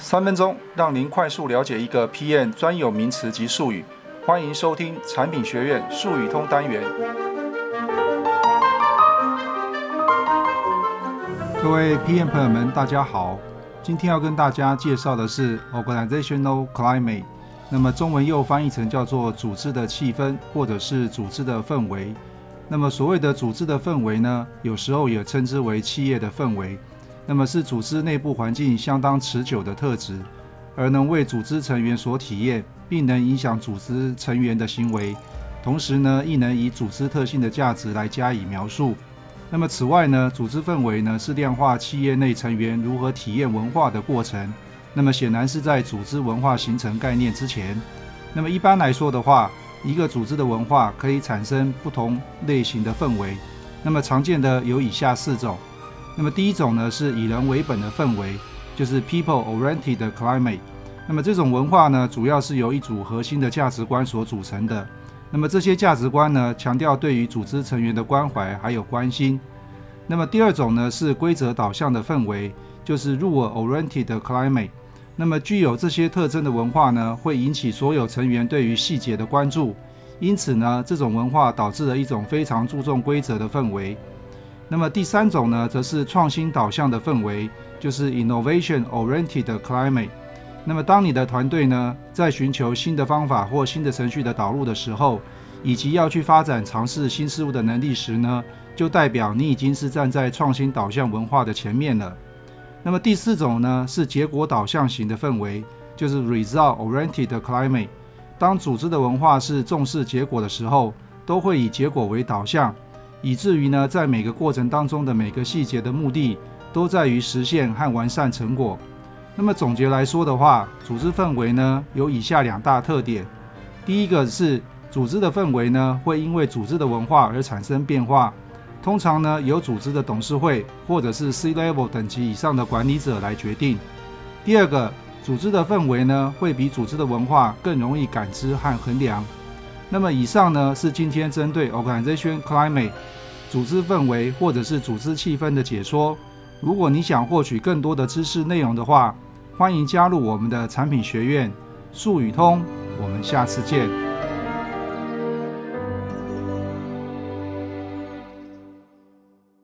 3分钟让您快速了解一个 PM 专有名词及术语。欢迎收听产品学院术语通单元。各位 PM 朋友们，大家好。今天要跟大家介绍的是 Organizational Climate， 那么中文又翻译成叫做组织的气氛，或者是组织的氛围。那么所谓的组织的氛围呢，有时候也称之为企业的氛围。那么是组织内部环境相当持久的特质，而能为组织成员所体验，并能影响组织成员的行为，同时呢，亦能以组织特性的价值来加以描述。那么此外呢，组织氛围呢是量化企业内成员如何体验文化的过程。那么显然是在组织文化形成概念之前。那么一般来说的话，一个组织的文化可以产生不同类型的氛围。那么常见的有以下4种。那么第一种呢是以人为本的氛围，就是 People-Oriented Climate。那么这种文化呢，主要是由一组核心的价值观所组成的。那么这些价值观呢，强调对于组织成员的关怀还有关心。那么第二种呢是规则导向的氛围，就是 Rule-Oriented Climate。那么具有这些特征的文化呢，会引起所有成员对于细节的关注，因此呢，这种文化导致了一种非常注重规则的氛围。那么第三种呢，则是创新导向的氛围，就是 Innovation-Oriented Climate。那么当你的团队呢，在寻求新的方法或新的程序的导入的时候，以及要去发展尝试新事物的能力时呢，就代表你已经是站在创新导向文化的前面了。那么第四种呢，是结果导向型的氛围，就是 Result-Oriented Climate。当组织的文化是重视结果的时候，都会以结果为导向，以至于呢，在每个过程当中的每个细节的目的都在于实现和完善成果。那么总结来说的话，组织氛围呢有以下2大特点。第一个是组织的氛围呢会因为组织的文化而产生变化，通常呢由组织的董事会或者是 C-level 等级以上的管理者来决定。第二个，组织的氛围呢会比组织的文化更容易感知和衡量。那么以上呢是今天针对 Organization Climate 组织氛围或者是组织气氛的解说。如果你想获取更多的知识内容的话，欢迎加入我们的产品学院术语通。我们下次见。